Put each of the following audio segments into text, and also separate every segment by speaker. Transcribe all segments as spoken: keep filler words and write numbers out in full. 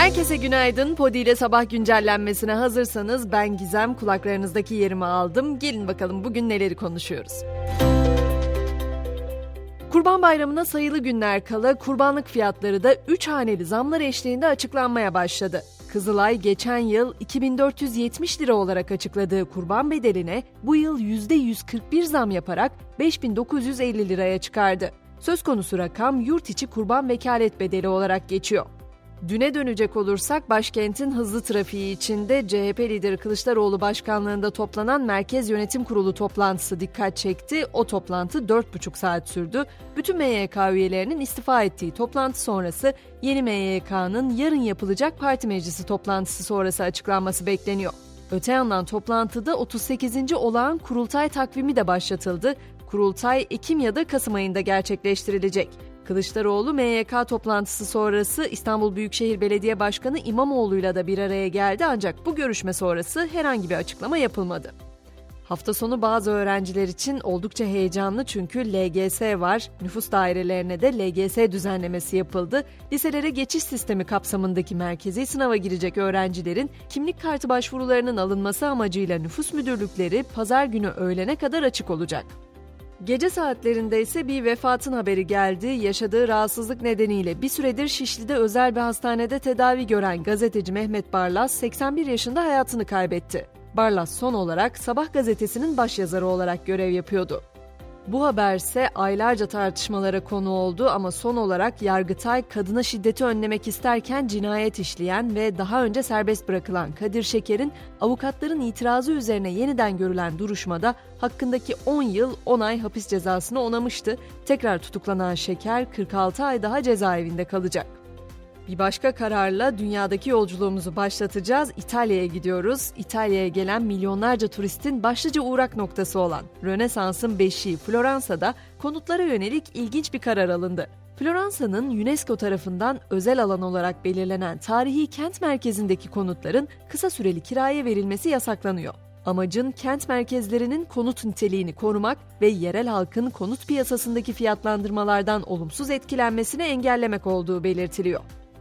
Speaker 1: Herkese günaydın. Podi ile sabah güncellenmesine hazırsanız ben Gizem, kulaklarınızdaki yerimi aldım. Gelin bakalım bugün neleri konuşuyoruz. Kurban Bayramı'na sayılı günler kala kurbanlık fiyatları da üç haneli zamlar eşliğinde açıklanmaya başladı. Kızılay geçen yıl iki bin dört yüz yetmiş lira olarak açıkladığı kurban bedeline bu yıl yüzde yüz kırk bir zam yaparak beş bin dokuz yüz elli liraya çıkardı. Söz konusu rakam yurt içi kurban vekalet bedeli olarak geçiyor. Düne dönecek olursak başkentin hızlı trafiği içinde C H P lideri Kılıçdaroğlu başkanlığında toplanan Merkez Yönetim Kurulu toplantısı dikkat çekti. O toplantı dört buçuk saat sürdü. Bütün M Y K üyelerinin istifa ettiği toplantı sonrası yeni M Y K'nın yarın yapılacak parti meclisi toplantısı sonrası açıklanması bekleniyor. Öte yandan toplantıda otuz sekizinci olağan kurultay takvimi de başlatıldı. Kurultay Ekim ya da Kasım ayında gerçekleştirilecek. Kılıçdaroğlu M Y K toplantısı sonrası İstanbul Büyükşehir Belediye Başkanı İmamoğlu'yla da bir araya geldi ancak bu görüşme sonrası herhangi bir açıklama yapılmadı. Hafta sonu bazı öğrenciler için oldukça heyecanlı çünkü L G S var. Nüfus dairelerine de L G S düzenlemesi yapıldı. Liselere geçiş sistemi kapsamındaki merkezi sınava girecek öğrencilerin kimlik kartı başvurularının alınması amacıyla nüfus müdürlükleri pazar günü öğlene kadar açık olacak. Gece saatlerinde ise bir vefatın haberi geldi. Yaşadığı rahatsızlık nedeniyle bir süredir Şişli'de özel bir hastanede tedavi gören gazeteci Mehmet Barlas seksen bir yaşında hayatını kaybetti. Barlas son olarak Sabah gazetesinin başyazarı olarak görev yapıyordu. Bu haberse aylarca tartışmalara konu oldu ama son olarak Yargıtay kadına şiddeti önlemek isterken cinayet işleyen ve daha önce serbest bırakılan Kadir Şeker'in avukatların itirazı üzerine yeniden görülen duruşmada hakkındaki on yıl on ay hapis cezasını onamıştı. Tekrar tutuklanan Şeker kırk altı ay daha cezaevinde kalacak. Bir başka kararla dünyadaki yolculuğumuzu başlatacağız. İtalya'ya gidiyoruz. İtalya'ya gelen milyonlarca turistin başlıca uğrak noktası olan Rönesans'ın beşiği Floransa'da konutlara yönelik ilginç bir karar alındı. Floransa'nın UNESCO tarafından özel alan olarak belirlenen tarihi kent merkezindeki konutların kısa süreli kiraya verilmesi yasaklanıyor. Amacın kent merkezlerinin konut niteliğini korumak ve yerel halkın konut piyasasındaki fiyatlandırmalardan olumsuz etkilenmesini engellemek olduğu belirtiliyor.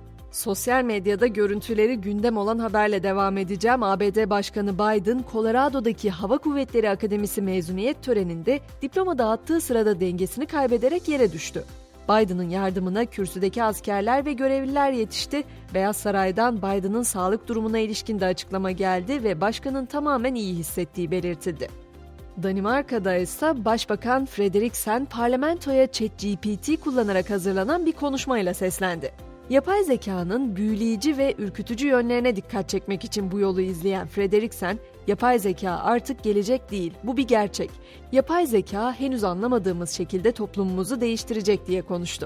Speaker 1: Sosyal medyada görüntüleri gündem olan haberle devam edeceğim. A B D Başkanı Biden, Colorado'daki Hava Kuvvetleri Akademisi mezuniyet töreninde diploma dağıttığı sırada dengesini kaybederek yere düştü. Biden'ın yardımına kürsüdeki askerler ve görevliler yetişti. Beyaz Saray'dan Biden'ın sağlık durumuna ilişkin de açıklama geldi ve başkanın tamamen iyi hissettiği belirtildi. Danimarka'da ise Başbakan Frederiksen parlamentoya ChatGPT kullanarak hazırlanan bir konuşmayla seslendi. Yapay zekanın büyüleyici ve ürkütücü yönlerine dikkat çekmek için bu yolu izleyen Frederiksen, yapay zeka artık gelecek değil, bu bir gerçek. Yapay zeka henüz anlamadığımız şekilde toplumumuzu değiştirecek diye konuştu.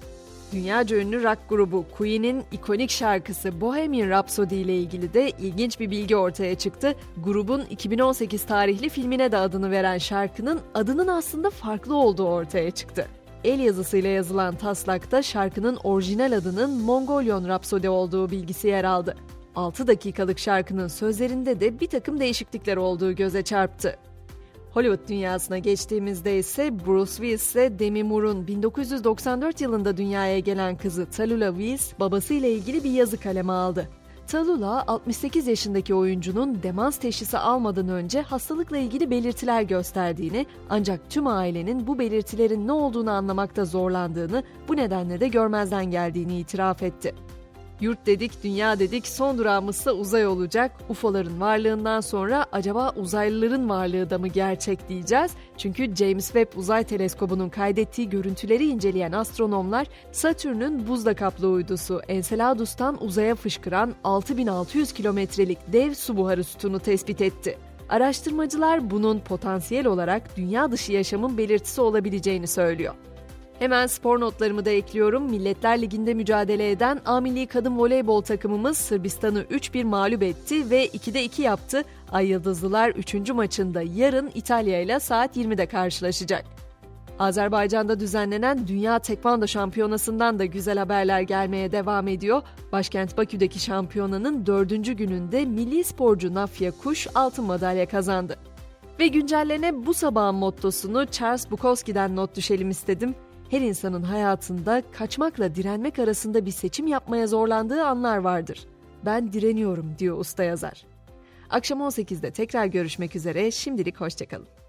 Speaker 1: Dünyaca ünlü rock grubu Queen'in ikonik şarkısı Bohemian Rhapsody ile ilgili de ilginç bir bilgi ortaya çıktı. Grubun iki bin on sekiz tarihli filmine de adını veren şarkının adının aslında farklı olduğu ortaya çıktı. El yazısıyla yazılan taslakta şarkının orijinal adının Mongolian Rhapsody olduğu bilgisi yer aldı. altı dakikalık şarkının sözlerinde de bir takım değişiklikler olduğu göze çarptı. Hollywood dünyasına geçtiğimizde ise Bruce Willis ile Demi Moore'un bin dokuz yüz doksan dört yılında dünyaya gelen kızı Tallulah Willis babasıyla ilgili bir yazı kaleme aldı. Tallulah altmış sekiz yaşındaki oyuncunun demans teşhisi almadan önce hastalıkla ilgili belirtiler gösterdiğini ancak tüm ailenin bu belirtilerin ne olduğunu anlamakta zorlandığını, bu nedenle de görmezden geldiğini itiraf etti. Yurt dedik, dünya dedik, son durağımızsa uzay olacak. U F O'ların varlığından sonra acaba uzaylıların varlığı da mı gerçek diyeceğiz? Çünkü James Webb Uzay Teleskobu'nun kaydettiği görüntüleri inceleyen astronomlar Satürn'ün buzla kaplı uydusu Enceladus'tan uzaya fışkıran altı bin altı yüz kilometrelik dev su buharı sütunu tespit etti. Araştırmacılar bunun potansiyel olarak dünya dışı yaşamın belirtisi olabileceğini söylüyor. Hemen spor notlarımı da ekliyorum. Milletler Ligi'nde mücadele eden A Milli Kadın Voleybol takımımız Sırbistan'ı üç bir mağlup etti ve ikide iki yaptı. Ay Yıldızlılar üçüncü maçında yarın İtalya ile saat yirmide karşılaşacak. Azerbaycan'da düzenlenen Dünya Tekvando Şampiyonası'ndan da güzel haberler gelmeye devam ediyor. Başkent Bakü'deki şampiyonanın dördüncü gününde milli sporcu Nafia Kuş altın madalya kazandı. Ve güncellene bu sabahın mottosunu Charles Bukowski'den not düşelim istedim. Her insanın hayatında kaçmakla direnmek arasında bir seçim yapmaya zorlandığı anlar vardır. Ben direniyorum diyor usta yazar. Akşam on sekizde tekrar görüşmek üzere, şimdilik hoşçakalın.